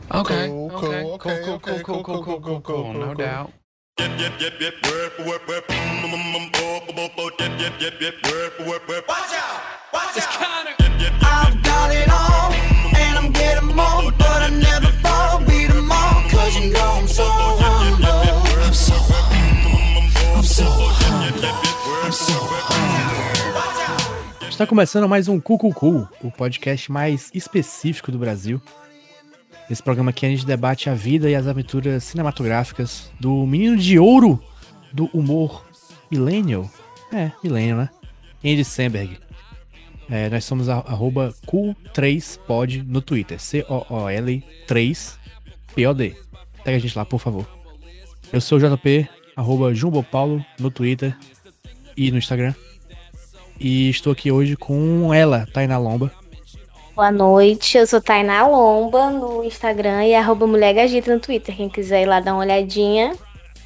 Okay. Cool. No doubt. It's kinda. I've got it all, and I'm getting more, but I never fall, beat them all, 'cause you know I'm so humble. I'm so humble. I'm so humble. I'm so humble. Está começando mais um Cucucu, o podcast mais específico do Brasil. Esse programa aqui a gente debate a vida e as aventuras cinematográficas do menino de ouro do humor millennial. Millennial, né? Andy Samberg. Nós somos @Cool3pod no Twitter. COOL3POD. Pega a gente lá, por favor. Eu sou o JP, @JumboPaulo no Twitter e no Instagram. E estou aqui hoje com ela, Tainá Lomba. Boa noite, eu sou Tainá Lomba no Instagram e @MulherGagita no Twitter. Quem quiser ir lá dar uma olhadinha.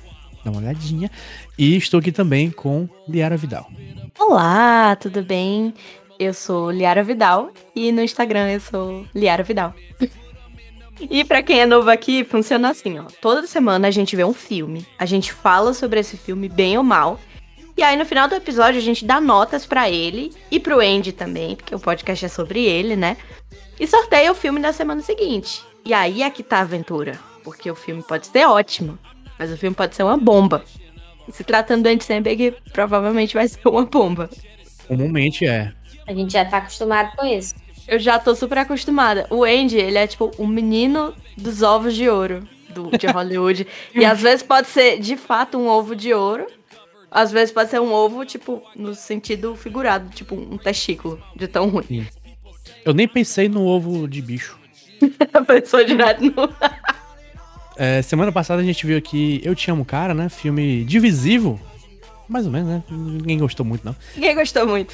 E estou aqui também com Liara Vidal. Olá, tudo bem? Eu sou Liara Vidal e no Instagram eu sou Liara Vidal. E pra quem é novo aqui, funciona assim, ó. Toda semana a gente vê um filme, a gente fala sobre esse filme bem ou mal, e aí no final do episódio a gente dá notas pra ele e pro Andy também, porque o podcast é sobre ele, né? E sorteia o filme da semana seguinte. E aí é que tá a aventura, porque o filme pode ser ótimo, mas o filme pode ser uma bomba. E se tratando do Andy Samberg, provavelmente vai ser uma bomba. Comumente é. A gente já tá acostumado com isso. Eu já tô super acostumada. O Andy, ele é tipo o menino dos ovos de ouro de Hollywood. E às vezes pode ser, de fato, um ovo de ouro. Às vezes pode ser um ovo, tipo, no sentido figurado. Tipo, um testículo, de tão ruim. Sim. Eu nem pensei no ovo de bicho. Pensou direto no... Semana passada a gente viu aqui Eu Te Amo, Cara, né? Filme divisivo. Mais ou menos, né? Ninguém gostou muito, não. Ninguém gostou muito.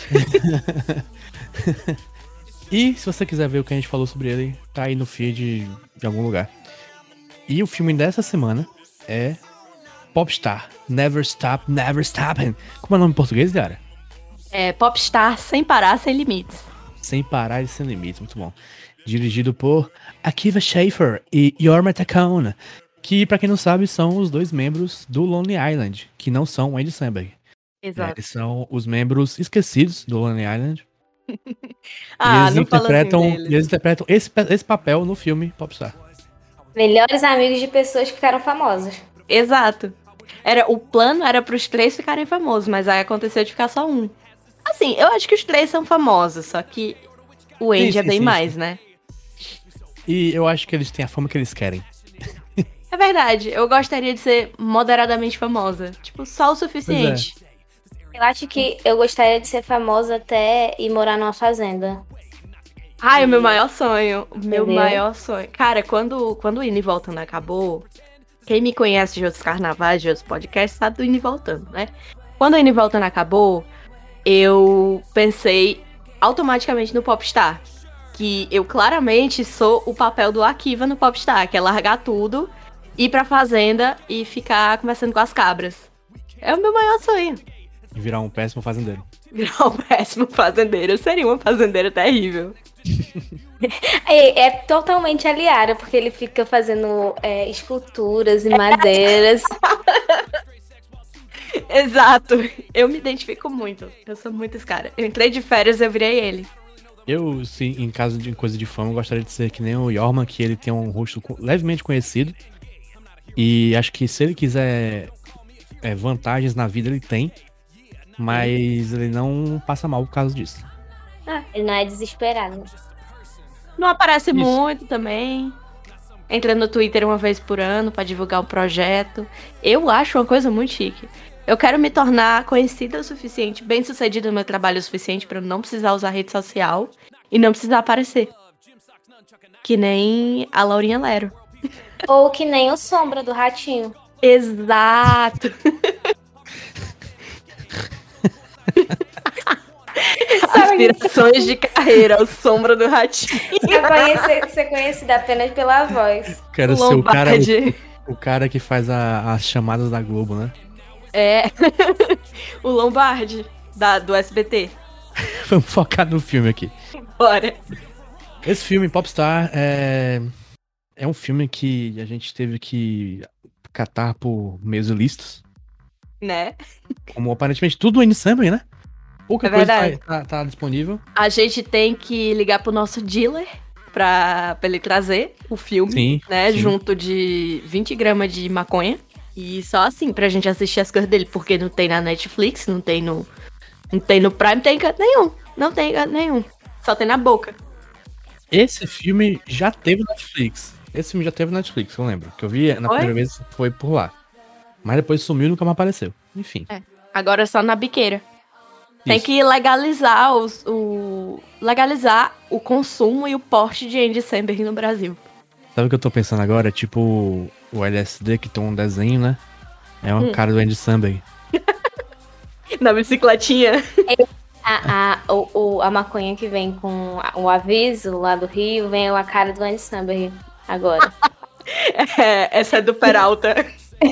E se você quiser ver o que a gente falou sobre ele, tá aí no feed de algum lugar. E o filme dessa semana é Popstar, Never Stop, Never Stopping. Como é o nome em português, cara? É Popstar Sem Parar, Sem Limites. Sem Parar e Sem Limites, muito bom. Dirigido por Akiva Schaffer e Jorma Taccone, que, pra quem não sabe, são os dois membros do Lonely Island, que não são o Andy Samberg. Exato. Eles são os membros esquecidos do Lonely Island. Eles interpretam esse papel no filme Popstar. Melhores amigos de pessoas que ficaram famosas. Exato. O plano era pros três ficarem famosos, mas aí aconteceu de ficar só um. Assim, eu acho que os três são famosos, só que o Andy é bem mais, né? E eu acho que eles têm a fama que eles querem. É verdade, eu gostaria de ser moderadamente famosa. Tipo, só o suficiente. Eu acho que eu gostaria de ser famosa até ir morar numa fazenda. Ai, o meu maior sonho. Entendeu? Maior sonho. Cara, quando o Indo e Voltando acabou, quem me conhece de outros carnavais, de outros podcasts, sabe do Indo e Voltando, né? Quando o Indo e Voltando acabou, eu pensei automaticamente no Popstar. Que eu claramente sou o papel do Akiva no Popstar, que é largar tudo, ir pra fazenda e ficar conversando com as cabras. É o meu maior sonho. E virar um péssimo fazendeiro. Virar um péssimo fazendeiro. Eu seria uma fazendeira terrível. É totalmente a Liara, porque ele fica fazendo esculturas e madeiras. Exato. Eu me identifico muito. Eu sou muito esse cara. Eu entrei de férias e eu virei ele. Eu, sim, em caso de coisa de fama, eu gostaria de ser que nem o Jorma, que ele tem um rosto levemente conhecido. E acho que se ele quiser vantagens na vida, ele tem. Mas ele não passa mal por causa disso. Ele não é desesperado. Não aparece muito também. Entra no Twitter uma vez por ano pra divulgar um projeto. Eu acho uma coisa muito chique. Eu quero me tornar conhecida o suficiente, bem sucedida no meu trabalho o suficiente pra eu não precisar usar rede social e não precisar aparecer. Que nem a Laurinha Lero. Ou que nem o Sombra do Ratinho. Exato. Aspirações de carreira, o Sombra do Ratinho. Ser conhecida apenas pela voz. Quero ser o cara que faz as chamadas da Globo, né? O Lombardi, do SBT. Vamos focar no filme aqui. Bora. Esse filme, Popstar, É um filme que a gente teve que catar por meios ilícitos. Né? Como aparentemente tudo Andy Samberg, né? Pouca É coisa verdade. tá disponível. A gente tem que ligar pro nosso dealer pra ele trazer o filme, Sim, né? sim. Junto de 20 gramas de maconha. E só assim, pra gente assistir as coisas dele, porque não tem na Netflix, não tem no Prime, não tem canto nenhum. Não tem canto nenhum. Só tem na boca. Esse filme já teve Netflix. Eu lembro. Que eu vi na Foi? primeira vez foi por lá. Mas depois sumiu e nunca mais apareceu. Enfim. Agora é só na biqueira. Tem Isso. que legalizar legalizar o consumo e o porte de Andy Samberg no Brasil. Sabe o que eu tô pensando agora? Tipo o LSD que tem um desenho, né? É uma cara do Andy Samberg. Na bicicletinha. A maconha que vem com o aviso lá do Rio, vem a cara do Andy Samberg agora. Essa é do Peralta.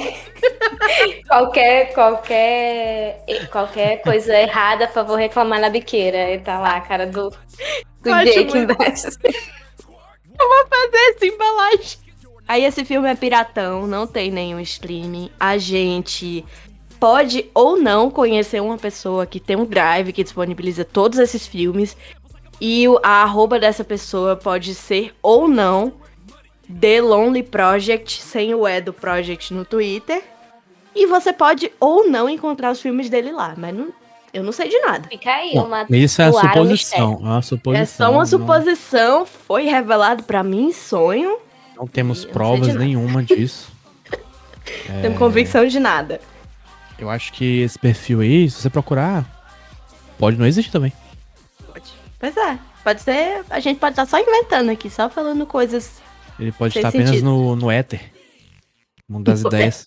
Qualquer coisa errada, por favor, reclamar na biqueira. E tá lá a cara do Eu acho Jake muito- embaixo. Fazer essa embalagem. Aí esse filme é piratão, não tem nenhum streaming. A gente pode ou não conhecer uma pessoa que tem um drive que disponibiliza todos esses filmes. E a arroba dessa pessoa pode ser ou não The Lonely Project, sem o E do Project no Twitter. E você pode ou não encontrar os filmes dele lá, mas eu não sei de nada. Fica aí, Bom, uma isso é a no ar, um suposição. É uma suposição. É só uma não- suposição, foi revelado pra mim em sonho. Não temos Eu não sei provas de nada. nenhuma disso. Não tenho convicção de nada. Eu acho que esse perfil aí, se você procurar, pode não existir também. Pois é, pode ser. A gente pode estar só inventando aqui, só falando coisas. Ele pode Fez estar apenas sentido. no éter. Mundo das No ideias.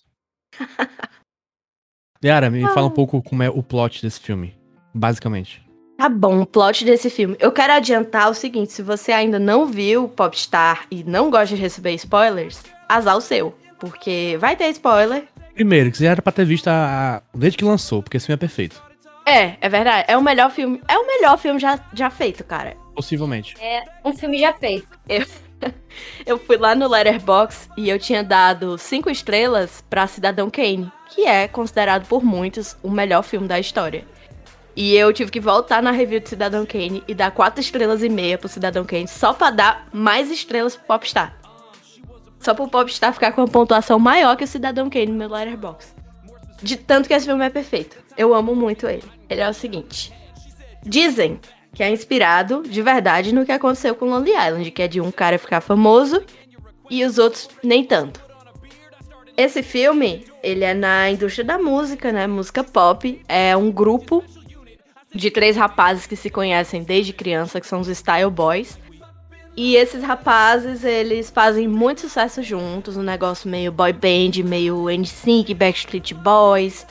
Yara, me fala um pouco como é o plot desse filme. Basicamente. Tá bom, o plot desse filme. Eu quero adiantar o seguinte: se você ainda não viu Popstar e não gosta de receber spoilers, azar o seu. Porque vai ter spoiler. Primeiro, que você já era pra ter visto desde que lançou, porque esse filme é perfeito. É verdade. É o melhor filme. É o melhor filme já feito, cara. Possivelmente. É um filme já feito. Eu fui lá no Letterboxd e eu tinha dado 5 estrelas pra Cidadão Kane, que é considerado por muitos o melhor filme da história. E eu tive que voltar na review de Cidadão Kane e dar 4 estrelas e meia pro Cidadão Kane, só pra dar mais estrelas pro Popstar. Só pro Popstar ficar com uma pontuação maior que o Cidadão Kane no meu Letterboxd. De tanto que esse filme é perfeito. Eu amo muito ele. Ele é o seguinte. Dizem que é inspirado, de verdade, no que aconteceu com Lonely Island, que é de um cara ficar famoso e os outros nem tanto. Esse filme, ele é na indústria da música, né? Música pop. É um grupo de 3 rapazes que se conhecem desde criança, que são os Style Boys. E esses rapazes, eles fazem muito sucesso juntos, um negócio meio boy band, meio NSYNC, Backstreet Boys.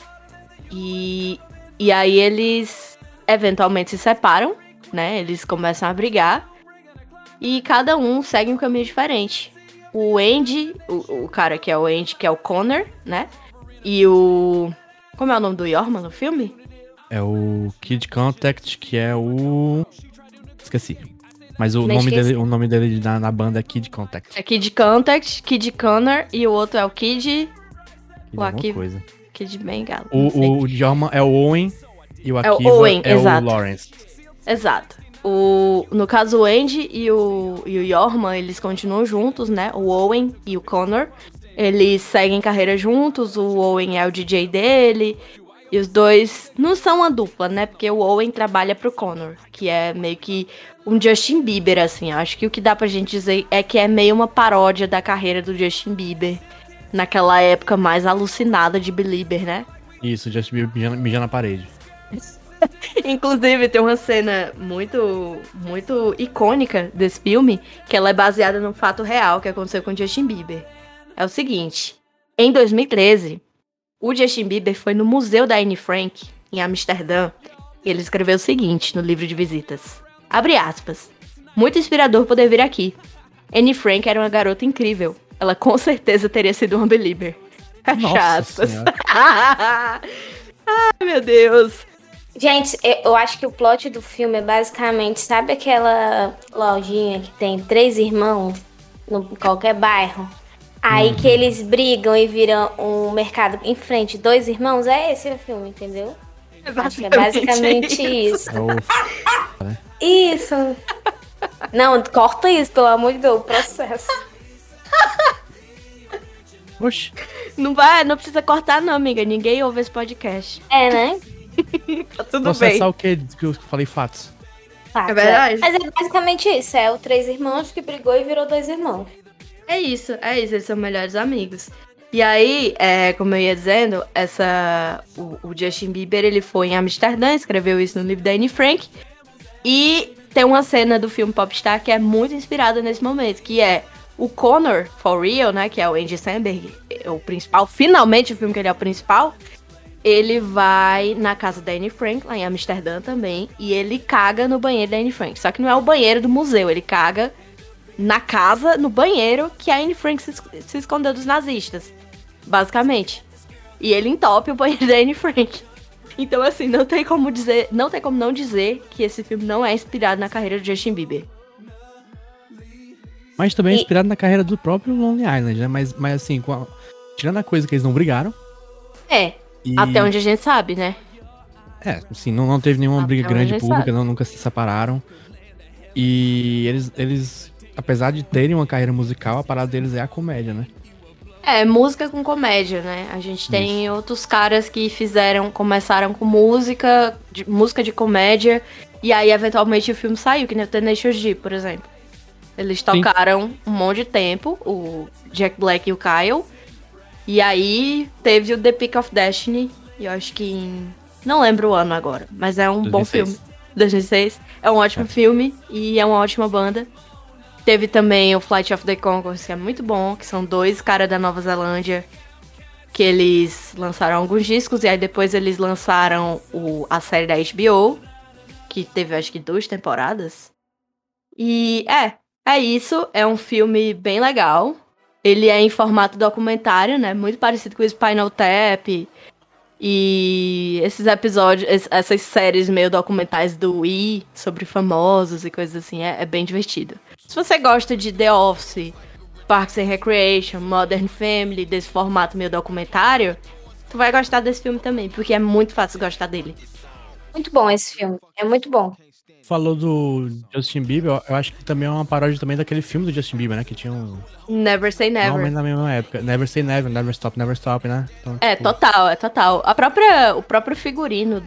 E aí eles eventualmente se separam, né? Eles começam a brigar. E cada um segue um caminho diferente. O Andy, o cara que é o Andy, que é o Connor, né? E o... Como é o nome do Yorma no filme? É o Kid Contact, que é o... Esqueci. Mas o Nem esqueci. nome dele na banda é Kid Contact. É Kid Contact, Kid Connor e o outro é o Kid... Que O alguma Akiva. coisa. Kid Bengala. não sei. O Jorma é o Owen e o É o Akiva Owen, é exato. o Lawrence. Exato. No caso, o Andy e o Yorma, eles continuam juntos, né? O Owen e o Connor. Eles seguem carreira juntos, o Owen é o DJ dele. E os dois não são uma dupla, né? Porque o Owen trabalha pro Connor, que é meio que um Justin Bieber, assim. Acho que o que dá pra gente dizer é que é meio uma paródia da carreira do Justin Bieber. Naquela época mais alucinada de Belieber, né? Isso, Justin Bieber mijando na parede. Inclusive, tem uma cena muito, muito icônica desse filme, que ela é baseada num fato real que aconteceu com o Justin Bieber. É o seguinte, em 2013, o Justin Bieber foi no Museu da Anne Frank, em Amsterdã, e ele escreveu o seguinte no livro de visitas. Abre aspas. Muito inspirador poder vir aqui. Anne Frank era uma garota incrível. Ela com certeza teria sido uma Belieber. Fecha Nossa aspas. Senhora. Ai, meu Deus. Gente, eu acho que o plot do filme é basicamente, sabe aquela lojinha que tem 3 irmãos em qualquer bairro. Aí que eles brigam e viram um mercado em frente, dois irmãos, é esse o filme, entendeu? Acho que é basicamente isso. É o- Isso. Não, corta isso, pelo amor de Deus, processo. Oxi. Não precisa cortar não, amiga. Ninguém ouve esse podcast. É, né? Tá tudo Processar bem. o quê? Que eu falei fatos. Fato, É verdade. Mas é basicamente isso, é o três irmãos que brigou e virou dois irmãos. É isso, eles são melhores amigos. E aí, como eu ia dizendo, o Justin Bieber, ele foi em Amsterdã, escreveu isso no livro da Anne Frank, e tem uma cena do filme Popstar que é muito inspirada nesse momento, que é o Connor, for real, né, que é o Andy Samberg, o principal, finalmente o filme que ele é o principal, ele vai na casa da Anne Frank, lá em Amsterdã também, e ele caga no banheiro da Anne Frank, só que não é o banheiro do museu, ele caga na casa, no banheiro, que a Anne Frank se escondeu dos nazistas, basicamente. E ele entope o banheiro da Anne Frank. Então, assim, não tem como não dizer que esse filme não é inspirado na carreira do Justin Bieber. Mas também é inspirado na carreira do próprio Lonely Island, né? Mas assim, tirando a coisa que eles não brigaram. Até onde a gente sabe, né? Assim, não teve nenhuma Até briga onde a grande gente pública, sabe. nunca se separaram. E eles, apesar de terem uma carreira musical, a parada deles é a comédia, né? Música com comédia, né? A gente tem outros caras que começaram com música de comédia, e aí eventualmente o filme saiu, que nem o Tenacious D, por exemplo. Eles tocaram um monte de tempo, o Jack Black e o Kyle, e aí teve o The Peak of Destiny, e eu acho que não lembro o ano agora, mas é um 2006. bom filme. 2006. É um ótimo filme e é uma ótima banda. Teve também o Flight of the Conchords, que é muito bom, que são dois caras da Nova Zelândia, que eles lançaram alguns discos, e aí depois eles lançaram a série da HBO, que teve acho que 2 temporadas. E é isso, é um filme bem legal. Ele é em formato documentário, né, muito parecido com o Spinal Tap, e esses episódios, essas séries meio documentais do Wii, sobre famosos e coisas assim, é bem divertido. Se você gosta de The Office, Parks and Recreation, Modern Family, desse formato meio documentário, tu vai gostar desse filme também, porque é muito fácil gostar dele. Muito bom esse filme, é muito bom. Falou do Justin Bieber, eu acho que também é uma paródia também daquele filme do Justin Bieber, né? Que tinha um... Never Say Não, Never. mas na mesma época. Never Say Never, Never Stop, né? Então, É, tipo, total. O próprio figurino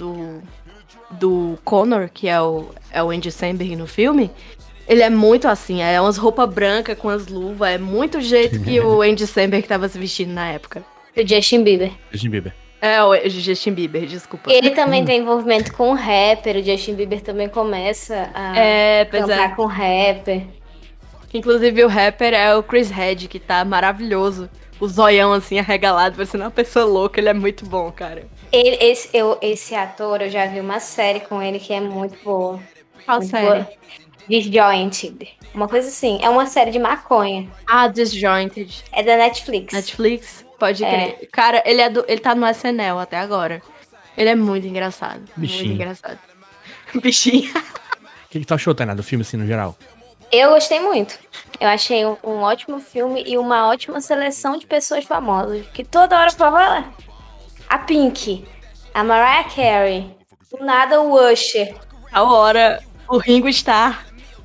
do Connor, que é o Andy Samberg no filme, ele é muito assim, é umas roupas brancas com as luvas, é muito o jeito que o Andy Samberg tava se vestindo na época. O Justin Bieber. Justin Bieber. É, o Justin Bieber, desculpa. Ele também tem envolvimento com o rapper, o Justin Bieber também começa a cantar com rapper. Inclusive o rapper é o Chris Head, que tá maravilhoso. O zoião assim, arregalado, parecendo uma pessoa louca, ele é muito bom, cara. Esse ator, eu já vi uma série com ele que é muito boa. Qual Muito série? boa. Disjointed. Uma coisa assim, é uma série de maconha. Ah, Disjointed. É da Netflix. Netflix? Pode crer. Cara, ele tá no SNL até agora. Ele é muito engraçado. Bichinho. Muito engraçado. Bichinho. O que tu achou, Tainá, do filme, assim, no geral? Eu gostei muito. Eu achei um ótimo filme e uma ótima seleção de pessoas famosas. Que toda hora falava a Pink, a Mariah Carey, do nada o Usher, A hora, o Ringo Starr.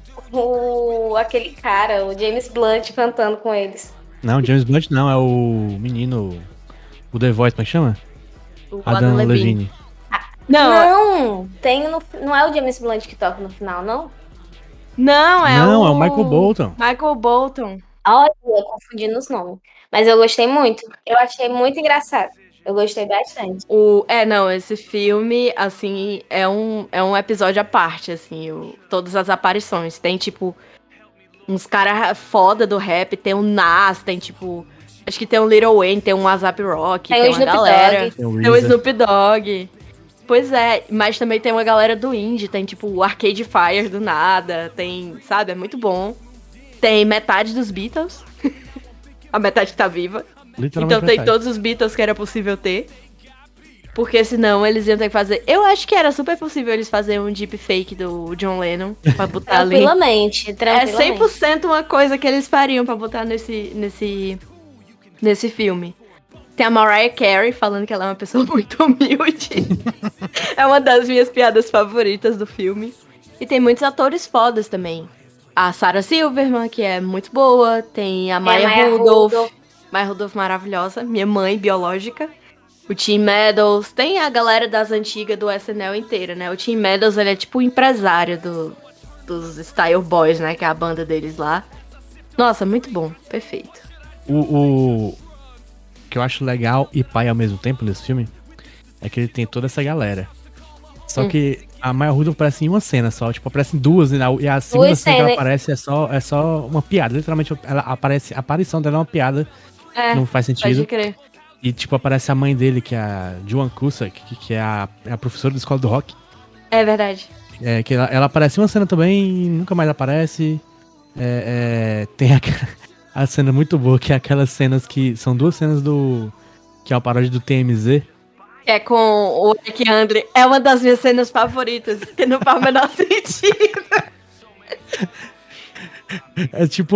aquele cara, o James Blunt cantando com eles. Não, James Blunt não, é o menino... O The Voice, como é que chama? O Adam Levine. Levine. Não, Não é o James Blunt que toca no final, não? não, é Não, o... é o Michael Bolton. Michael Bolton. Olha, eu confundindo os nomes. Mas eu gostei muito. Eu achei muito engraçado. Eu gostei bastante. Esse filme, assim, é um episódio à parte, assim, todas as aparições. Tem, tipo, uns caras foda do rap, tem o Nas, tem, tipo, acho que tem o Lil Wayne, tem um A$AP Rocky, Tem o tem uma Snoop galera. Dogg. Tem o Tem o Weezer. Snoop Dogg. Pois é, mas também tem uma galera do indie, tem, tipo, o Arcade Fire do nada, tem, sabe, é muito bom. Tem metade dos Beatles, a metade que tá viva. Literalmente Então tem metade. todos os Beatles que era possível ter. Porque senão eles iam ter que fazer... Eu acho que era super possível eles fazerem um deepfake do John Lennon pra botar ali. Tranquilamente. É 100% uma coisa que eles fariam pra botar nesse filme. Tem a Mariah Carey falando que ela é uma pessoa muito humilde. É uma das minhas piadas favoritas do filme. E tem muitos atores fodas também. A Sarah Silverman, que é muito boa. Tem a Maya Rudolph. Maya Rudolph maravilhosa. Minha mãe biológica. O Tim Meadows. Tem a galera das antigas do SNL inteira, né? O Tim Meadows, ele é tipo o empresário dos Style Boys, né? Que é a banda deles lá. Nossa, muito bom. Perfeito. O que eu acho legal e pai ao mesmo tempo nesse filme é que ele tem toda essa galera. Só que a Maya Rudolph aparece em uma cena só, tipo, aparecem duas e a segunda cena que ela aparece é só uma piada. Literalmente, ela aparece, a aparição dela é uma piada, não faz sentido. Pode crer. E, tipo, aparece a mãe dele, que é a Joan Cusack, que é a professora da escola do rock. É verdade. Que ela aparece em uma cena também e nunca mais aparece. Tem a cena muito boa, que é aquelas cenas que... São duas cenas que é uma paródia do TMZ. É com o Eric Andre. É uma das minhas cenas favoritas, que não faz o menor sentido. É tipo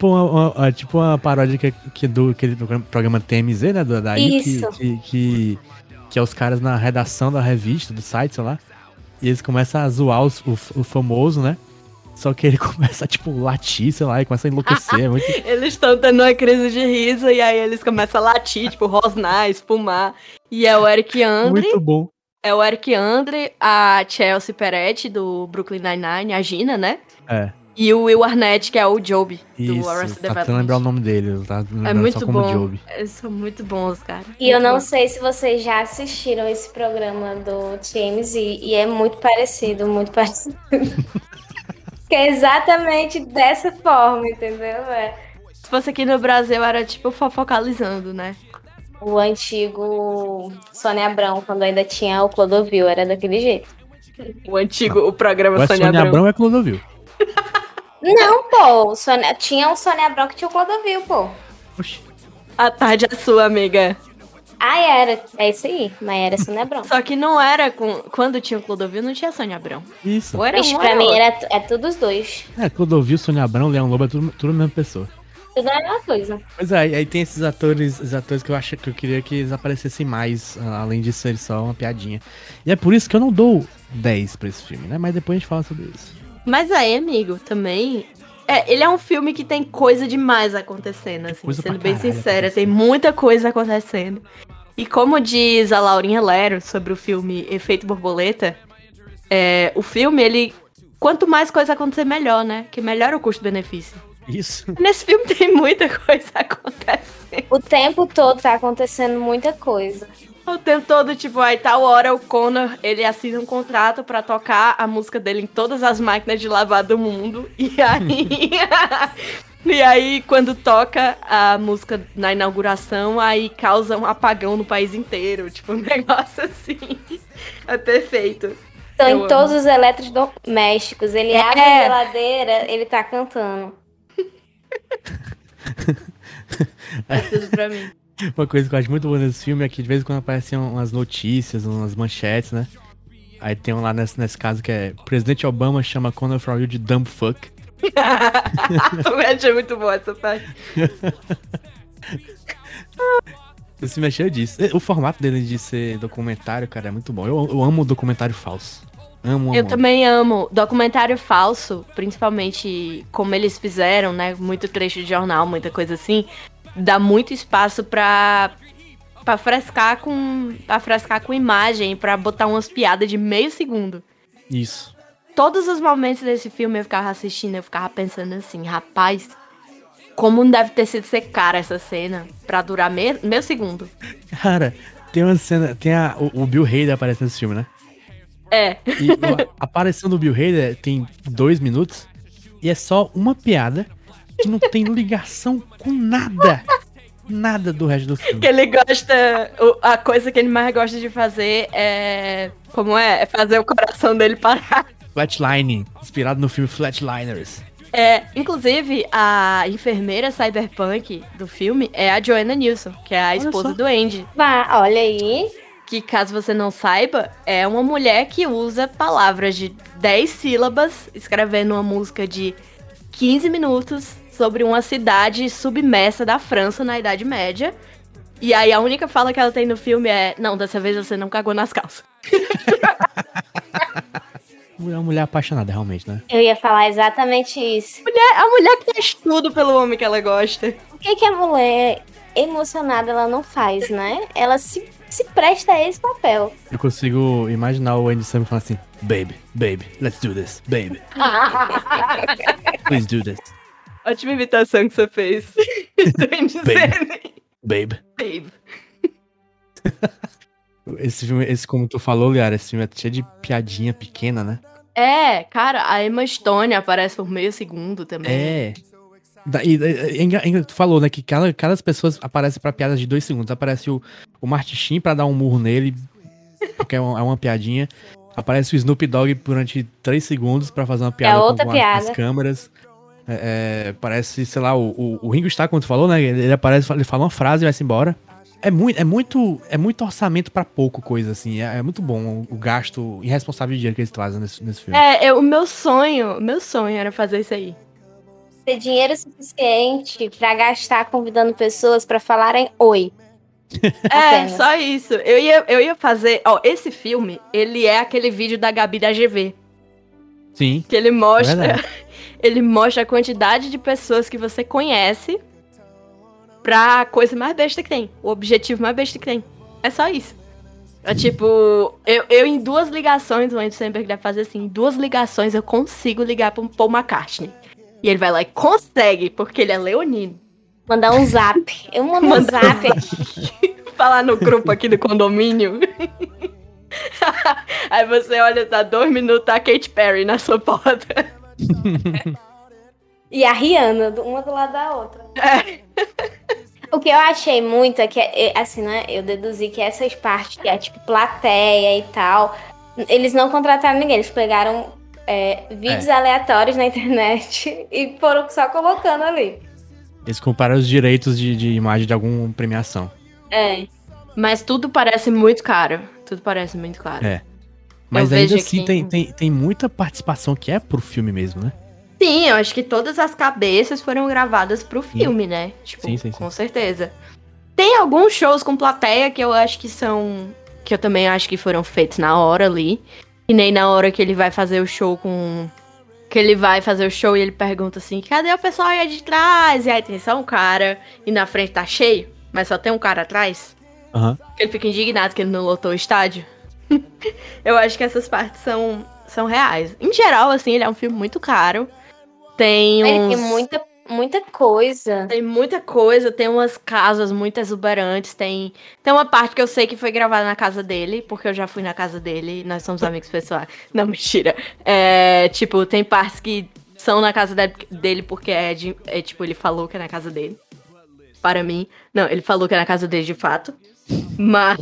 uma paródia do programa TMZ, né? Daí que é os caras na redação da revista, do site, sei lá. E eles começam a zoar o famoso, né? Só que ele começa a, tipo, latir, sei lá, e começa a enlouquecer. Muito... Eles estão tendo uma crise de riso e aí eles começam a latir, tipo, rosnar, espumar. E é o Eric Andre. Muito bom. É o Eric Andre, a Chelsea Peretti, do Brooklyn Nine-Nine, a Gina, né? E o Will Arnett, que é o Joby, do Arrested Development. Tentando lembrar o nome dele, tá? É muito só como bom. Joby. Eles são muito bons, cara. E eu não sei se vocês já assistiram esse programa do TMZ, e é muito parecido, muito parecido. Que é exatamente dessa forma, entendeu? Se fosse aqui no Brasil, era tipo fofocalizando, né? O antigo Sônia Abrão, quando ainda tinha o Clodovil, era daquele jeito. O programa Sônia Abrão. Sônia Abrão é Clodovil. Não, pô. Tinha um Sônia Abrão que tinha o Clodovil, pô. Oxi. A tarde é sua, amiga. Era. É isso aí. Mas era Sônia Abrão. Só que não era quando tinha o Clodovil, não tinha Sônia Abrão. Isso. Pra mim é tudo os dois. Clodovil, Sônia Abrão, Leão Lobo, é tudo a mesma pessoa. Tudo é a mesma coisa. Pois é, aí tem esses atores que eu queria que eles aparecessem mais, além de ser só uma piadinha. E é por isso que eu não dou 10 pra esse filme, né? Mas depois a gente fala sobre isso. Mas aí, amigo, também... ele é um filme que tem coisa demais acontecendo, assim, sendo bem sincera. Tem muita coisa acontecendo. E como diz a Laurinha Lero sobre o filme Efeito Borboleta, o filme, ele... Quanto mais coisa acontecer, melhor, né? Que melhora o custo-benefício. Isso. Nesse filme tem muita coisa acontecendo. O tempo todo tá acontecendo muita coisa. O tempo todo, tipo, aí tal hora o Connor, ele assina um contrato pra tocar a música dele em todas as máquinas de lavar do mundo. E aí... e aí, quando toca a música na inauguração, aí causa um apagão no país inteiro. Tipo, um negócio assim. É perfeito. Então, em todos os eletrodomésticos, ele abre a geladeira, ele tá cantando. É tudo pra mim. Uma coisa que eu acho muito boa nesse filme é que de vez em quando aparecem umas notícias, umas manchetes, né? Aí tem um lá nesse caso que é: Presidente Obama chama Conor For You de dumb fuck. Eu achei muito boa essa parte. Esse filme é cheio disso. O formato dele de ser documentário, cara, é muito bom. Eu amo documentário falso. Eu também amo. Documentário falso, principalmente como eles fizeram, né? Muito trecho de jornal, muita coisa assim. Dá muito espaço pra frescar com imagem, pra botar umas piadas de meio segundo. Isso. Todos os momentos desse filme eu ficava assistindo, eu ficava pensando assim, rapaz, como não deve ter sido ser cara essa cena pra durar meio segundo. Cara, tem uma cena, o Bill Hader aparece nesse filme, né? E a aparição do Bill Hader tem 2 minutos e é só uma piada que não tem ligação com nada. Nada do resto do filme. Que ele gosta... A coisa que ele mais gosta de fazer é... Como é? É fazer o coração dele parar. Flatlining. Inspirado no filme Flatliners. Inclusive, a enfermeira cyberpunk do filme é a Joanna Nilsson, que é a esposa do Andy. Olha aí. que caso você não saiba, é uma mulher que usa palavras de 10 sílabas, escrevendo uma música de 15 minutos sobre uma cidade submersa da França na Idade Média. E aí a única fala que ela tem no filme é: não, dessa vez você não cagou nas calças. É uma mulher apaixonada, realmente, né? Eu ia falar exatamente isso. A mulher que faz tudo pelo homem que ela gosta. O que a mulher emocionada ela não faz, né? Ela se presta a esse papel. Eu consigo imaginar o Andy Samberg falando assim: baby, let's do this, baby. Please do this. Ótima imitação que você fez. Babe. Babe. Esse filme, como tu falou, Liara, esse filme é cheio de piadinha pequena, né? É, cara, a Emma Stone aparece por meio segundo também. É. Tu falou, né, que cada das pessoas aparece pra piadas de 2 segundos. Aparece o Martin Sheen pra dar um murro nele, porque é uma piadinha. Aparece o Snoop Dogg durante 3 segundos pra fazer uma piada outra com piada. as câmeras. Parece, sei lá, o Ringo Starr, como tu falou, né? Ele aparece, ele fala uma frase e vai-se embora. É muito orçamento pra pouco coisa, assim. É muito bom o gasto irresponsável de dinheiro que eles trazem nesse filme. O meu sonho era fazer isso aí. Ter dinheiro suficiente pra gastar convidando pessoas pra falarem oi. Apenas. Só isso. Eu ia fazer... Ó, esse filme, ele é aquele vídeo da Gabi da GV. Sim. Que ele mostra... Verdade. Ele mostra a quantidade de pessoas que você conhece pra coisa mais besta que tem. O objetivo mais besta que tem. É só isso. É tipo... Eu em 2 ligações, o Andy Samberg deve fazer assim, em 2 ligações eu consigo ligar pro Paul McCartney. E ele vai lá e consegue, porque ele é leonino. Mandar um zap. Eu mando um zap. Falar no grupo aqui do condomínio. Aí você olha, tá 2 minutos, tá a Katy Perry na sua porta. E a Rihanna, uma do lado da outra. O que eu achei muito é que, assim, né, eu deduzi que essas partes, que é tipo plateia e tal, eles não contrataram ninguém, eles pegaram vídeos aleatórios na internet e foram só colocando ali. Eles compraram os direitos de imagem de alguma premiação. Mas tudo parece muito caro. Tudo parece muito caro. Mas Eu ainda vejo assim aqui- tem muita participação que é pro filme mesmo, né? Sim, eu acho que todas as cabeças foram gravadas pro filme, né? Tipo, Sim. com certeza. Tem alguns shows com plateia que eu acho que são... Que eu também acho que foram feitos na hora ali. E nem na hora que ele vai fazer o show com... Que ele vai fazer o show e ele pergunta assim, cadê o pessoal aí de trás? E aí tem só um cara e na frente tá cheio, mas só tem um cara atrás. Aham. Ele fica indignado que ele não lotou o estádio. Eu acho que essas partes são reais. Em geral, assim, ele é um filme muito caro. Tem Ele tem muita coisa. Tem muita coisa, tem umas casas muito exuberantes, tem uma parte que eu sei que foi gravada na casa dele, porque eu já fui na casa dele, nós somos amigos pessoais. Não, mentira. Tipo, tem partes que são na casa dele porque tipo, ele falou que é na casa dele. Para mim. Não, ele falou que é na casa dele de fato. Mas...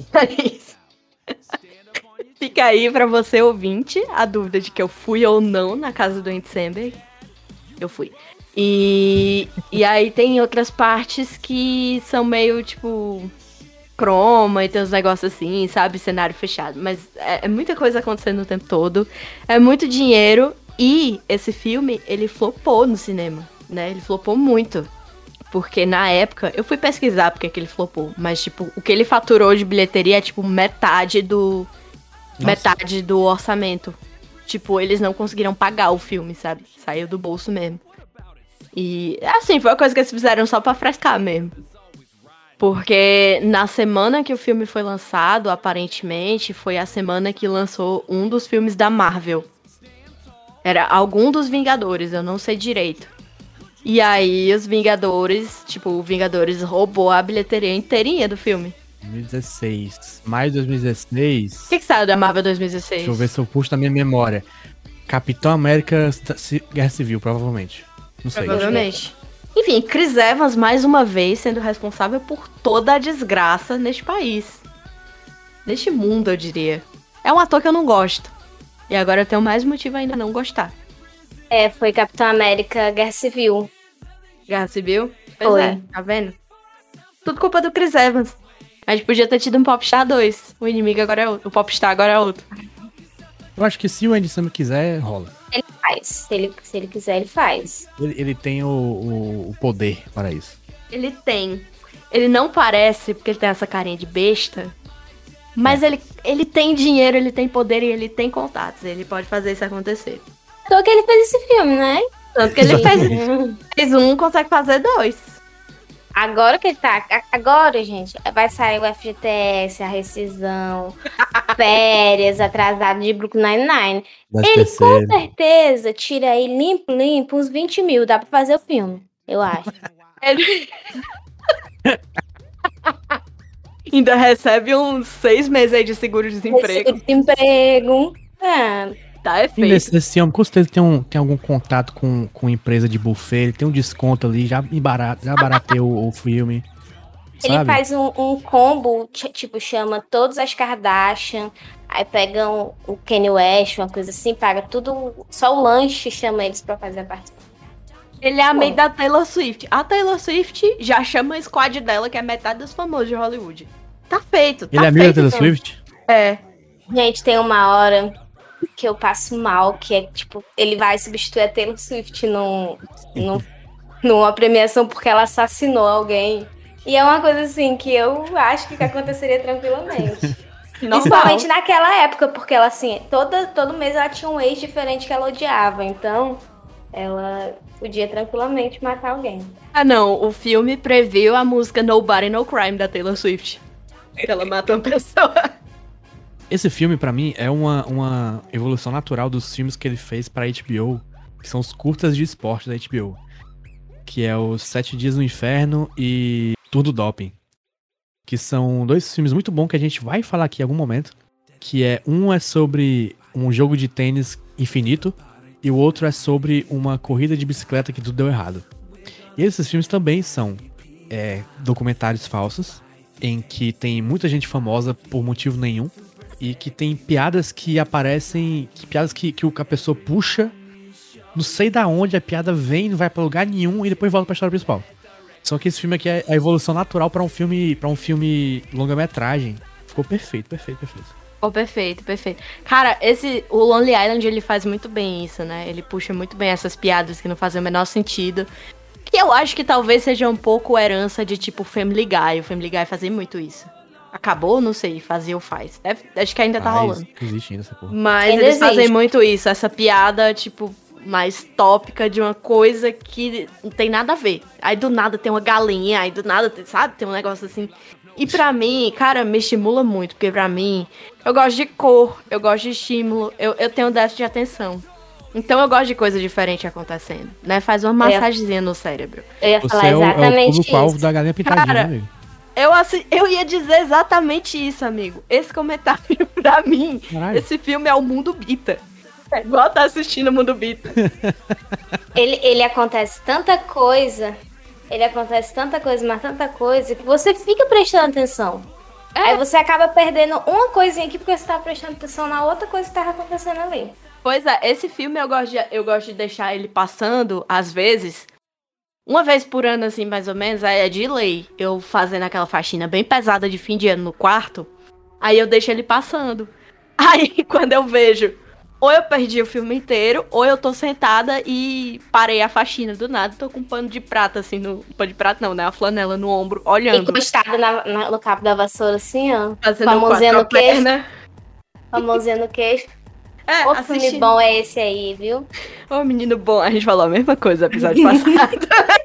Fica aí pra você, ouvinte, a dúvida de que eu fui ou não na casa do Andy Samberg. Eu fui. E aí tem outras partes que são meio, tipo, croma e tem uns negócios assim, sabe? Cenário fechado. Mas é muita coisa acontecendo o tempo todo. É muito dinheiro. E esse filme, ele flopou no cinema, né? Ele flopou muito. Porque na época, eu fui pesquisar porque que ele flopou. Mas, tipo, o que ele faturou de bilheteria é, tipo, metade do orçamento. Tipo, eles não conseguiram pagar o filme, sabe? Saiu do bolso mesmo. E, assim, foi uma coisa que eles fizeram só pra frescar mesmo. Porque na semana que o filme foi lançado, aparentemente, foi a semana que lançou um dos filmes da Marvel. Era algum dos Vingadores, eu não sei direito. E aí, os Vingadores, tipo, o Vingadores roubou a bilheteria inteirinha do filme. 2016. Maio de 2016. O que saiu da Marvel 2016? Deixa eu ver se eu puxo na minha memória. Capitão América Guerra Civil, provavelmente. Não sei. Provavelmente. Enfim, Chris Evans, mais uma vez, sendo responsável por toda a desgraça neste país. Neste mundo, eu diria. É um ator que eu não gosto. E agora eu tenho mais motivo ainda não gostar. Foi Capitão América Guerra Civil. Guerra Civil? Pois Foi. é, tá vendo? Tudo culpa do Chris Evans. A gente podia ter tido um Popstar 2. O inimigo agora é outro. O Popstar agora é outro. Eu acho que se o Andy Samberg quiser, rola. Ele faz. Se ele quiser, ele faz. Ele tem o poder para isso. Ele tem. Ele não parece, porque ele tem essa carinha de besta. Mas ele tem dinheiro, ele tem poder e ele tem contatos. Ele pode fazer isso acontecer. Então que ele fez esse filme, né? Tanto que ele fez um, consegue fazer 2. Agora que ele tá. Agora, gente, vai sair o FGTS, a rescisão, férias, atrasado de Brooklyn Nine-Nine. Ele com certeza tira aí limpo, uns 20 mil. Dá pra fazer o filme, eu acho. Ele ainda recebe uns 6 meses aí de seguro-desemprego. Seguro-desemprego. Tá, é E feio. nesse homem, com certeza tem algum contato com empresa de buffet, ele tem um desconto ali, já barateou o filme. Ele sabe? faz um combo, tipo, chama todas as Kardashian, aí pegam o Kanye West, uma coisa assim, paga tudo, só o lanche, chama eles pra fazer a participação. Ele é amigo da Taylor Swift. A Taylor Swift já chama o squad dela, que é metade dos famosos de Hollywood. Tá feito, tá Ele é amigo da Taylor Swift? É. Gente, tem uma hora que eu passo mal, que é tipo, ele vai substituir a Taylor Swift numa premiação porque ela assassinou alguém. E é uma coisa assim que eu acho que aconteceria tranquilamente. Principalmente naquela época, porque ela assim, todo mês ela tinha um ex diferente que ela odiava. Então, ela podia tranquilamente matar alguém. Ah, não. O filme previu a música Nobody No Crime da Taylor Swift. Ela mata uma pessoa. Esse filme, pra mim, é uma evolução natural dos filmes que ele fez pra HBO, que são os curtas de esporte da HBO. Que é os 7 Dias no Inferno e Tour do Doping. Que são 2 filmes muito bons que a gente vai falar aqui em algum momento. Que um é sobre um jogo de tênis infinito e o outro é sobre uma corrida de bicicleta que tudo deu errado. E esses filmes também são documentários falsos, em que tem muita gente famosa por motivo nenhum. E que tem piadas que aparecem, piadas que a pessoa puxa, não sei da onde a piada vem, não vai pra lugar nenhum e depois volta pra história principal. Só que esse filme aqui é a evolução natural pra um filme longa-metragem. Ficou perfeito. Oh, perfeito. Cara, o Lonely Island, ele faz muito bem isso, né? Ele puxa muito bem essas piadas que não fazem o menor sentido. Que eu acho que talvez seja um pouco herança de tipo Family Guy. O Family Guy fazia muito isso. Acabou? Não sei. Fazia ou faz. Acho que ainda tá rolando. Existe ainda essa porra. Mas Ainda eles existe. fazem muito isso. Essa piada, tipo, mais tópica de uma coisa que não tem nada a ver. Aí do nada tem uma galinha, aí do nada, sabe? Tem um negócio assim. E pra mim, cara, me estimula muito. Porque pra mim, eu gosto de cor, eu gosto de estímulo, eu tenho déficit de atenção. Então eu gosto de coisa diferente acontecendo, né? Faz uma massagenzinha no cérebro. Eu ia Você falar é o exatamente público-alvo isso. da galinha pintadinha, Cara, né, amigo? Eu ia dizer exatamente isso, amigo. Esse comentário, pra mim, Caralho. esse filme é o Mundo Bita. É igual tá assistindo o Mundo Bita. Ele acontece tanta coisa, mas tanta coisa, que você fica prestando atenção. Aí você acaba perdendo uma coisinha aqui porque você tá prestando atenção na outra coisa que tava acontecendo ali. Pois é, esse filme eu gosto de deixar ele passando, às vezes, uma vez por ano, assim, mais ou menos, aí é de lei. Eu fazendo aquela faxina bem pesada de fim de ano no quarto, aí eu deixo ele passando. Aí, quando eu vejo, ou eu perdi o filme inteiro, ou eu tô sentada e parei a faxina do nada, tô com um pano de prata, assim, pano de prata não, né, a flanela no ombro, olhando. Encostado no cabo da vassoura, assim, ó. Fazendo com a mãozinha no queixo. perna. Com a mãozinha no queixo. É, O filme assistindo. bom é esse aí, viu? Ô, menino bom, a gente falou a mesma coisa no episódio passado.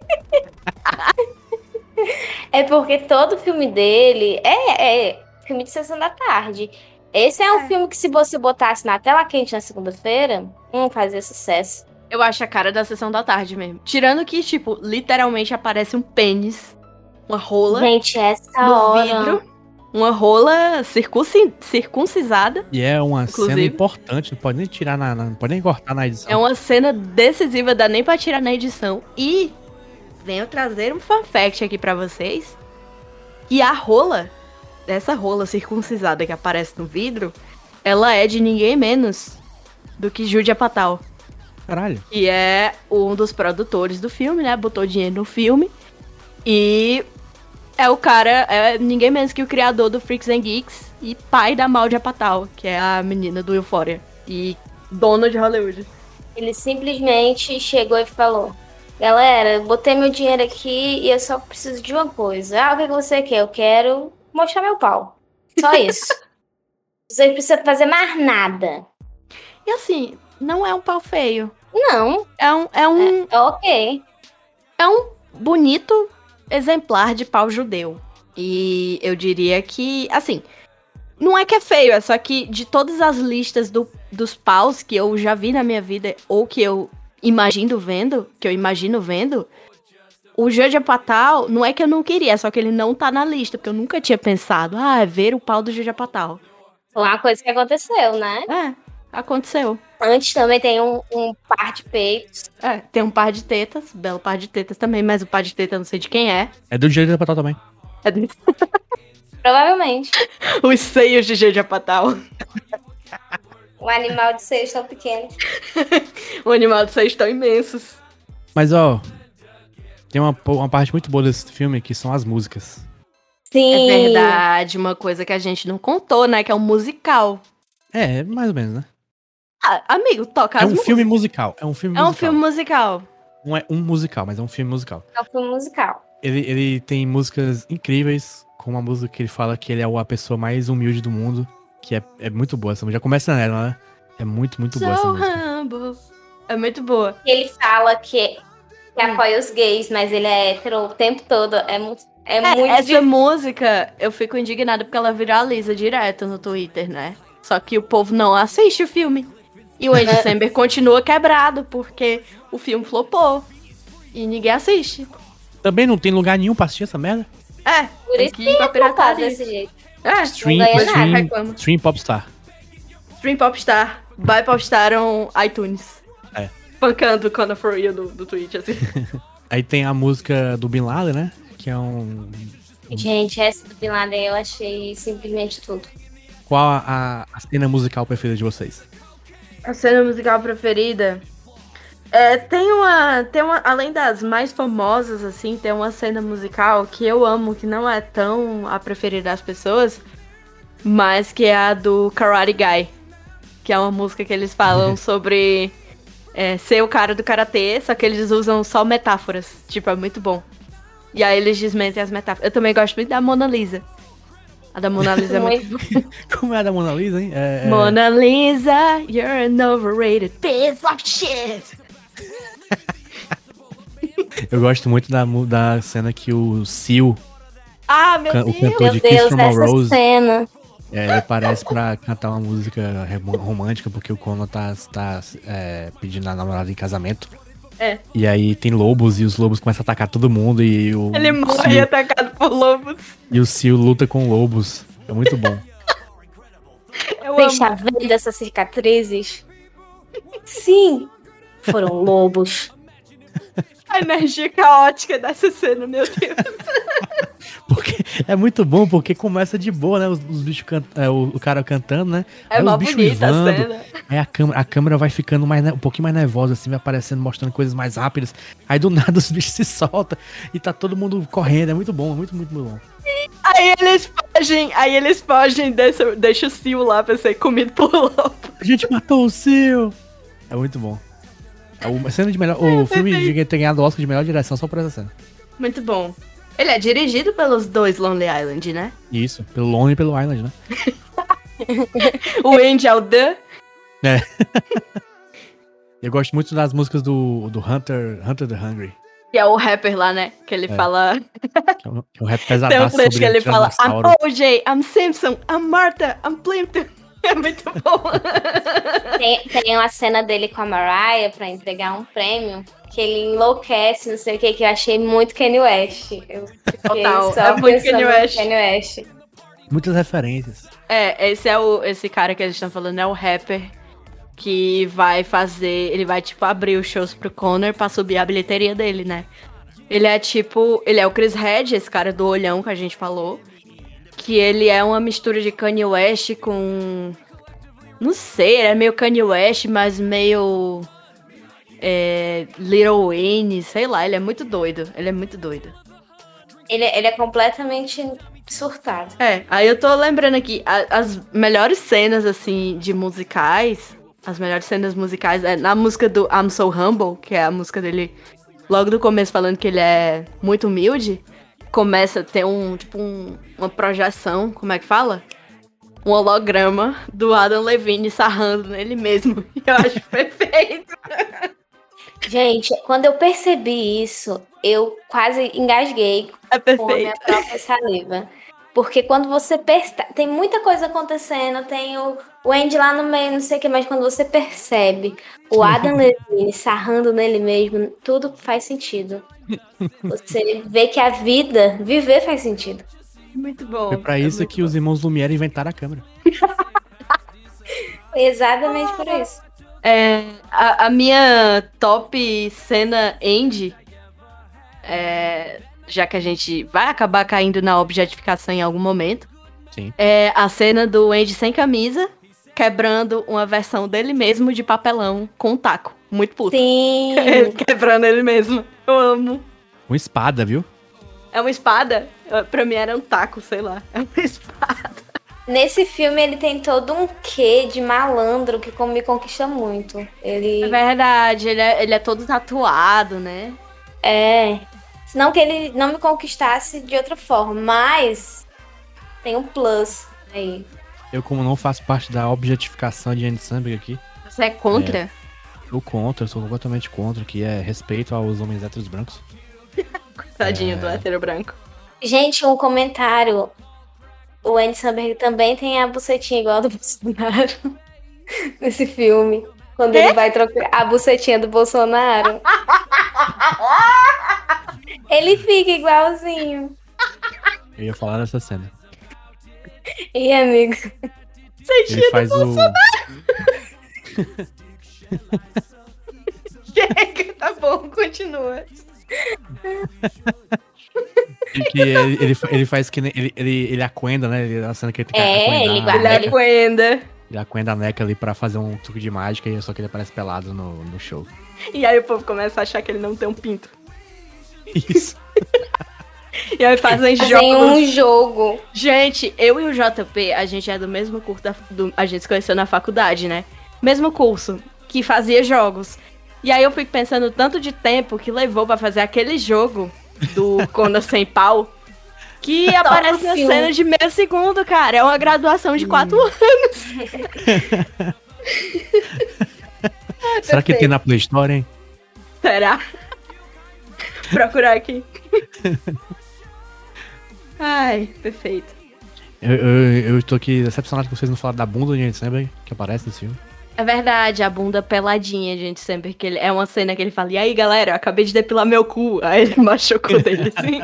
É porque todo filme dele é filme de sessão da tarde. Esse é um filme que se você botasse na tela quente na segunda-feira, fazia sucesso. Eu acho a cara da sessão da tarde mesmo. Tirando que, tipo, literalmente aparece um pênis, uma rola Gente, essa no hora... vidro, uma rola circuncisada. E é uma Inclusive. cena importante, não pode nem tirar não pode nem cortar na edição. É uma cena decisiva, dá nem pra tirar na edição. E venho trazer um fun fact aqui pra vocês. Que a rola, essa rola circuncisada que aparece no vidro, ela é de ninguém menos do que Jude Apatow. Caralho. Que é um dos produtores do filme, né? Botou dinheiro no filme. E É o cara, é ninguém menos que o criador do Freaks and Geeks e pai da Mal de Apatow, que é a menina do Euphoria. E dono de Hollywood. Ele simplesmente chegou e falou: galera, eu botei meu dinheiro aqui e eu só preciso de uma coisa. Ah, o que você quer? Eu quero mostrar meu pau. Só isso. Você não precisa fazer mais nada. E assim, não é um pau feio. Não. É Ok. um bonito exemplar de pau judeu. E eu diria que, assim, não é que é feio, é só que de todas as listas dos paus que eu já vi na minha vida, ou que eu imagino vendo, o Judd Apatow, não é que eu não queria, é só que ele não tá na lista, porque eu nunca tinha pensado, ver o pau do Judd Apatow. Foi uma coisa que aconteceu, né? Aconteceu. Antes também tem um par de peitos. Tem um par de tetas, belo par de tetas também, mas o par de teta eu não sei de quem é. É do Judd Apatow também. É do... Provavelmente. Os seios de Judd Apatow. Um animal de seios tão pequeno. O animal de seios tão imensos. Mas, ó, tem uma parte muito boa desse filme que são as músicas. Sim. É verdade, uma coisa que a gente não contou, né, que é um musical. É, mais ou menos, né? Amigo, toca É as um músicas. filme musical. É um filme É um musical. filme musical. Não é um musical, mas é um filme musical. É um filme musical. Ele tem músicas incríveis, como a música que ele fala que ele é a pessoa mais humilde do mundo, que é muito boa essa música. Já começa nela, né? É muito, muito boa essa música. Humble. É muito boa. E ele fala que apoia os gays, mas ele é hétero o tempo todo. É muito Essa difícil. música, eu fico indignada porque ela viraliza direto no Twitter, né? Só que o povo não assiste o filme. E o Andy Samberg continua quebrado, porque o filme flopou. E ninguém assiste. Também não tem lugar nenhum pra assistir essa merda? Por tem isso que que ir pra é culpado pirataria. desse jeito. Stream, ganha nada, stream, reclama. stream Popstar. Stream Popstar. Vai Popstar on iTunes. É. Pancando Conor For You do Twitch, assim. Aí tem a música do Bin Laden, né? Que é um... Gente, essa do Bin Laden eu achei simplesmente tudo. Qual a cena musical preferida de vocês? A cena musical preferida... Tem uma... Além das mais famosas, assim, tem uma cena musical que eu amo, que não é tão a preferida das pessoas, mas que é a do Karate Guy. Que é uma música que eles falam sobre ser o cara do karatê, só que eles usam só metáforas. Tipo, é muito bom. E aí eles desmentem as metáforas. Eu também gosto muito da Mona Lisa. A da Mona Lisa é muito boa. Como é a da Mona Lisa, hein? Mona Lisa, you're an overrated piece of shit. Eu gosto muito da cena que o Seal, Meu o Deus. cantor Meu de Kiss Deus, from a essa Rose, cena. ele aparece pra cantar uma música romântica, porque o Conor tá pedindo a namorada em casamento. E aí tem lobos, e os lobos começam a atacar todo mundo, e o Ele morre Seal, atacado por lobos. e o Seal luta com lobos. É muito bom. Eu Você amo. está vendo essas cicatrizes? Sim, foram lobos. A energia caótica dessa cena, meu Deus. Porque é muito bom, porque começa de boa, né? Os bichos o cara cantando, né? Aí mó os bichos bonita a uivando. cena. Aí a câmera vai ficando um pouquinho mais nervosa, assim, vai aparecendo, mostrando coisas mais rápidas. Aí do nada os bichos se soltam e tá todo mundo correndo. É muito bom, muito, muito, muito bom. Aí eles fogem, deixa o Seal lá pra ser comido por lobo. A gente matou o Seal! É muito bom. O filme devia ter ganhado o Oscar de melhor direção só por essa cena. Muito bom. Ele é dirigido pelos dois Lonely Island, né? Isso, pelo Lonely e pelo Island, né? O Andy é o The. É. Eu gosto muito das músicas do Hunter the Hungry. Que é o rapper lá, né? Que ele fala... Que é um rap Tem um pesadaço trecho sobre que ele fala I'm tiranossauro. OJ, I'm Simpson, I'm Martha, I'm Plimpton. É muito bom. Tem uma cena dele com a Mariah pra entregar um prêmio, que ele enlouquece, não sei o que eu achei muito Kanye West. Eu fiquei Total, só é muito pensando Kanye no West. Kanye West. Muitas referências. Esse cara que eles estão falando é o rapper que vai fazer, ele vai tipo abrir os shows pro Conor pra subir a bilheteria dele, né? Ele é o Chris Hedge, esse cara do olhão que a gente falou, que ele é uma mistura de Kanye West com... Não sei, ele é meio Kanye West, mas meio... Lil Wayne, sei lá, ele é muito doido. Ele é completamente surtado. Aí eu tô lembrando aqui, as melhores cenas, assim, de musicais, as melhores cenas musicais é na música do I'm So Humble, que é a música dele logo do começo falando que ele é muito humilde. Começa a ter uma projeção, como é que fala? Um holograma do Adam Levine sarrando nele mesmo. Eu acho perfeito. Gente, quando eu percebi isso, eu quase engasguei É com a minha perfeito. própria saliva. Porque quando você percebe, tem muita coisa acontecendo, tem o Andy lá no meio, não sei o que, mas quando você percebe o Adam Levine sarrando nele mesmo, tudo faz sentido. Você vê que a vida, viver faz sentido. Muito bom. Foi pra isso que os irmãos Lumière inventaram a câmera. Foi exatamente por isso. A minha top cena Andy, já que a gente vai acabar caindo na objetificação em algum momento, Sim. é a cena do Andy sem camisa, quebrando uma versão dele mesmo de papelão com um taco. Muito puto. Sim. Quebrando ele mesmo. Eu amo. Com espada, viu? É uma espada? Pra mim era um taco, sei lá. É uma espada. Nesse filme ele tem todo um quê de malandro que me conquista muito. É Ele verdade, ele é todo tatuado, né? Senão que ele não me conquistasse de outra forma, mas tem um plus aí. Eu, como não faço parte da objetificação de Andy Samberg aqui, Você é contra? eu sou completamente contra, que é respeito aos homens héteros brancos. Tadinho do hétero branco. Gente, um comentário. O Andy Samberg também tem a bucetinha igual a do Bolsonaro nesse filme. Quando ele vai trocar a bucetinha do Bolsonaro. Ele fica igualzinho. Eu ia falar dessa cena. E, amigo? Ele faz o... Chega, tá bom, continua. Ele faz que nem... Ele aquenda, né? A cena que ele tem que aquendar, ele a guarda- neca. Ele acuenda. Ele aquenda a neca ali pra fazer um truque de mágica, e só que ele aparece pelado no show. E aí o povo começa a achar que ele não tem um pinto. Isso. E aí fazem Tem jogos. um jogo. Gente, eu e o JP, a gente é do mesmo curso, a gente se conheceu na faculdade, né? Mesmo curso, que fazia jogos. E aí eu fico pensando o tanto de tempo que levou pra fazer aquele jogo do Conan Sem Pau, que aparece na filme. cena de meio segundo, cara. É uma graduação de 4 anos. Será que tem na Play Store, hein? Será? Procurar aqui. Ai, perfeito. Eu estou aqui decepcionado que vocês não falaram da bunda de Andy Samberg, que aparece nesse filme. É verdade, a bunda peladinha, gente, sempre que ele... É uma cena que ele fala, e aí, galera, eu acabei de depilar meu cu. Aí ele machucou o dele, assim.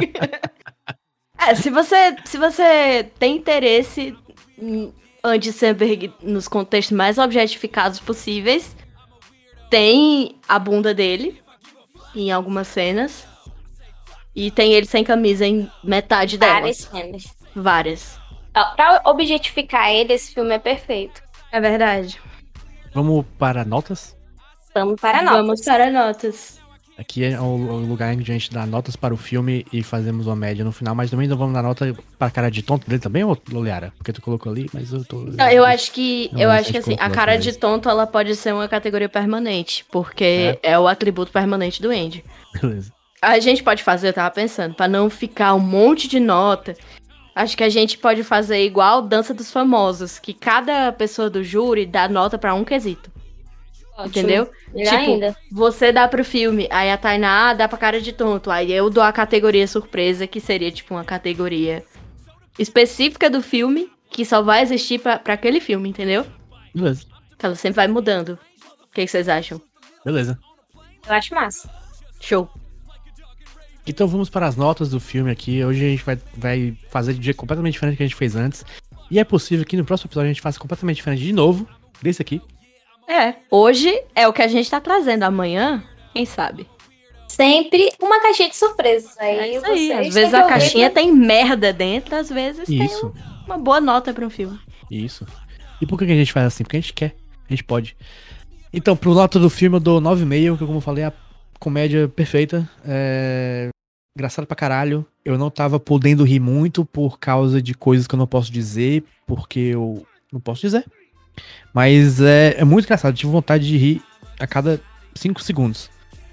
Se você tem interesse em Andy Samberg nos contextos mais objetificados possíveis, tem a bunda dele em algumas cenas. E tem ele sem camisa em metade Várias delas. cenas. Várias. Ó, pra objetificar ele, esse filme é perfeito. É verdade. Vamos para notas? Vamos para notas. Vamos para notas. Aqui é o lugar em que a gente dá notas para o filme e fazemos uma média no final, mas também não vamos dar nota para a cara de tonto dele também, ou Liara? Porque tu colocou ali, mas eu tô... Não, eu acho que assim, a colocou cara outra de vez. tonto, ela pode ser uma categoria permanente, porque é o atributo permanente do Andy. Beleza. A gente pode fazer, eu tava pensando, pra não ficar um monte de nota, acho que a gente pode fazer igual Dança dos Famosos, que cada pessoa do júri dá nota pra um quesito. Ótimo. Entendeu? Melhor Tipo, ainda. você dá pro filme, aí a Tainá dá pra cara de tonto, aí eu dou a categoria surpresa, que seria tipo uma categoria específica do filme, que só vai existir pra aquele filme, entendeu? Beleza. Que ela sempre vai mudando. O que vocês acham? Beleza. Eu acho massa. Show. Então vamos para as notas do filme aqui. Hoje a gente vai fazer de um jeito completamente diferente do que a gente fez antes. E é possível que no próximo episódio a gente faça completamente diferente de novo desse aqui. Hoje é o que a gente tá trazendo. Amanhã, quem sabe? Sempre uma caixinha de surpresas. Aí, É isso aí. vocês Às têm vezes que a ouvir caixinha pra- tem merda dentro, às vezes Isso, tem uma boa nota pra um filme. isso. E por que a gente faz assim? Porque a gente quer, a gente pode. Então, pro nota do filme eu dou 9,5, que como eu falei, é a comédia perfeita. engraçado pra caralho. Eu não tava podendo rir muito por causa de coisas que eu não posso dizer, porque eu não posso dizer. Mas é muito engraçado, eu tive vontade de rir a cada 5 segundos.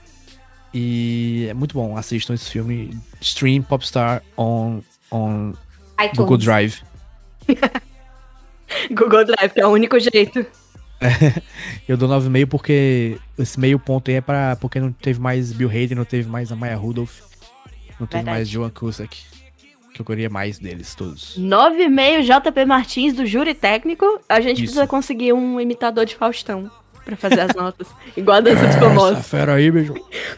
E é muito bom, assistam esse filme. Stream Popstar on iTunes. Google Drive. Google Drive, que é o único jeito. Eu dou 9,5 porque esse meio ponto aí é porque não teve mais Bill Hader, não teve mais a Maya Rudolph, não teve Verdade. mais Joan Cusack, que eu queria mais deles todos. 9,5 JP Martins do Júri Técnico. A gente Isso. precisa conseguir um imitador de Faustão pra fazer as notas. Igual a dança dos famosos. Essa fera aí, beijo.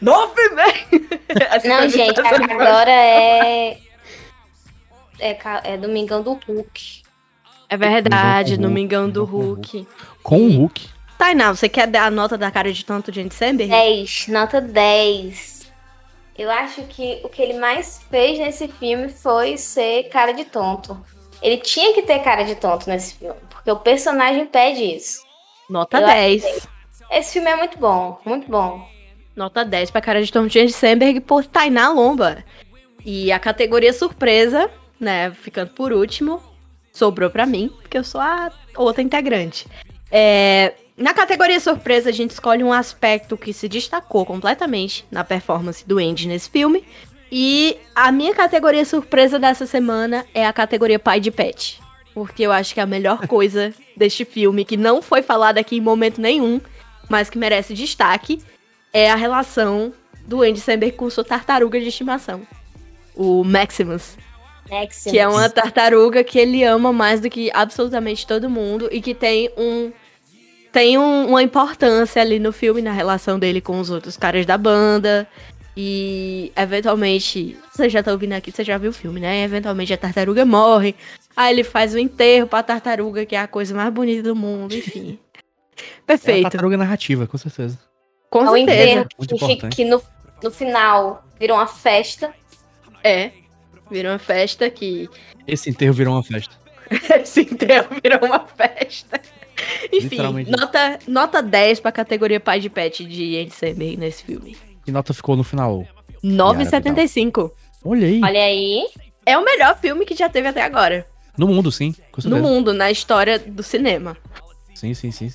9,5! Não, gente, agora é Domingão do Hulk. É verdade, Domingão Domingão do com o Hulk. Com o Hulk. Tainá, você quer dar a nota da cara de tanto de Andy Samberg? 10, nota 10. Eu acho que o que ele mais fez nesse filme foi ser cara de tonto. Ele tinha que ter cara de tonto nesse filme, porque o personagem pede isso. Nota Eu 10. Esse filme é muito bom, muito bom. Nota 10 pra cara de tonto de Andy Samberg por Tainá Lomba. E a categoria surpresa, né, ficando por último, sobrou pra mim, porque eu sou a outra integrante. Na categoria surpresa, a gente escolhe um aspecto que se destacou completamente na performance do Andy nesse filme. E a minha categoria surpresa dessa semana é a categoria pai de pet. Porque eu acho que é a melhor coisa deste filme, que não foi falada aqui em momento nenhum, mas que merece destaque, é a relação do Andy Samberg com sua tartaruga de estimação. O Maximus. Que é uma tartaruga que ele ama mais do que absolutamente todo mundo e que tem uma importância ali no filme, na relação dele com os outros caras da banda. E, eventualmente, você já tá ouvindo aqui, você já viu o filme, né? Eventualmente a tartaruga morre. Aí ele faz o enterro pra tartaruga, que é a coisa mais bonita do mundo, enfim. É Perfeito. uma tartaruga narrativa, com certeza. Com É um certeza. enterro Muito importante. que no final virou uma festa. Virou uma festa que... Esse enterro virou uma festa. Esse enterro virou uma festa. Enfim, Literalmente. nota 10 pra categoria pai de pet de Andy Samberg nesse filme. Que nota ficou no final? 9,75. Olha aí. Olha aí. É o melhor filme que já teve até agora. No mundo, sim. Com certeza. No mundo, na história do cinema. Sim.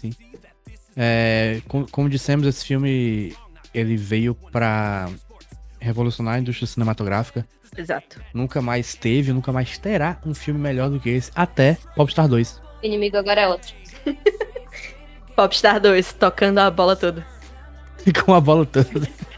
Como dissemos, esse filme ele veio pra revolucionar a indústria cinematográfica. Exato. Nunca mais teve, nunca mais terá um filme melhor do que esse, até Popstar 2. O inimigo agora é outro. Popstar 2, tocando a bola toda. Com a bola toda.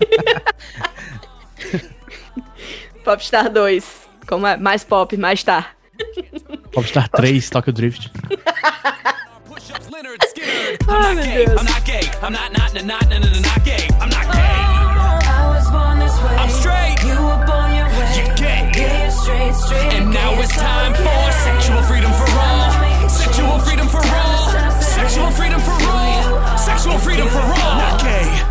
Popstar 2, como é mais pop, mais tar. Popstar 3, Tokyo Drift. Push-ups, Leonard Skinner. I'm Ai, not meu gay. Deus. I'm not gay. I'm not gay. I'm not gay. I was born this way. I'm straight. You were born your way. You're gay. Yeah, straight. And now it's time for sexual freedom for all. Sexual freedom for all. Sexual freedom for all. Sexual freedom for all. Not gay.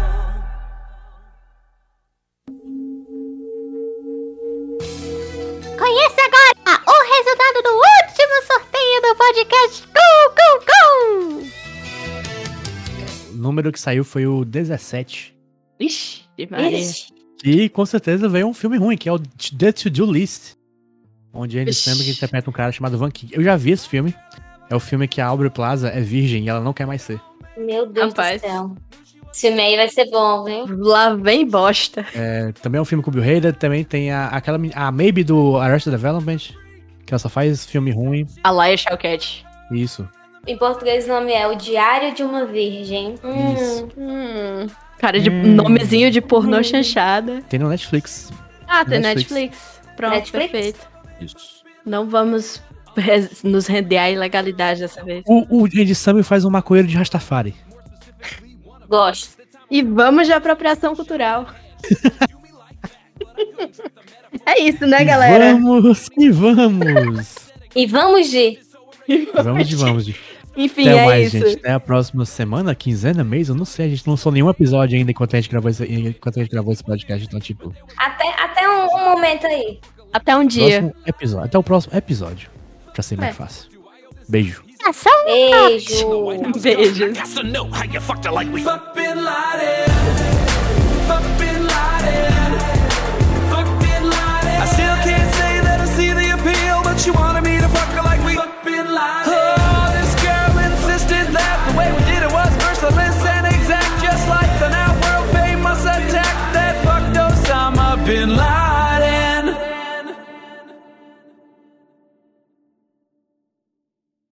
Conheça agora o resultado do último sorteio do podcast Go! O número que saiu foi o 17. Ixi, Maria. Ixi. E com certeza veio um filme ruim, que é o The To-Do List. Onde Andy Ixi. Samberg interpreta um cara chamado Van King. Eu já vi esse filme. É o filme que a Aubrey Plaza é virgem e ela não quer mais ser. Meu Deus Rapaz. do céu. Esse filme aí vai ser bom, viu? Lá vem bosta. Também é um filme com o Bill Hader. Também tem a Maybe do Arrested Development. Que ela só faz filme ruim. A Laia Shawkat. Isso. Em português o nome é O Diário de uma Virgem. Isso. Cara de nomezinho de pornô chanchada. Tem no Netflix. Ah, tem Netflix. Netflix. Pronto, Netflix? perfeito. Isso. Não vamos nos render à ilegalidade dessa vez. O Andy Samberg faz um maconheiro de Rastafari. Gosto. E vamos de apropriação cultural. É isso, né, galera? Vamos que vamos. E vamos de... Vamos de. Enfim, Até é mais, isso. gente. Até a próxima semana, quinzena, mês, eu não sei. A gente não lançou nenhum episódio ainda enquanto a gente gravou esse podcast. Então, tipo, Até um momento aí. Até um dia. próximo episódio. Até o próximo episódio. Pra ser mais fácil. Beijo. Beijo. Beijos. I got to know how you fucked her like we Fuck Bin Laden.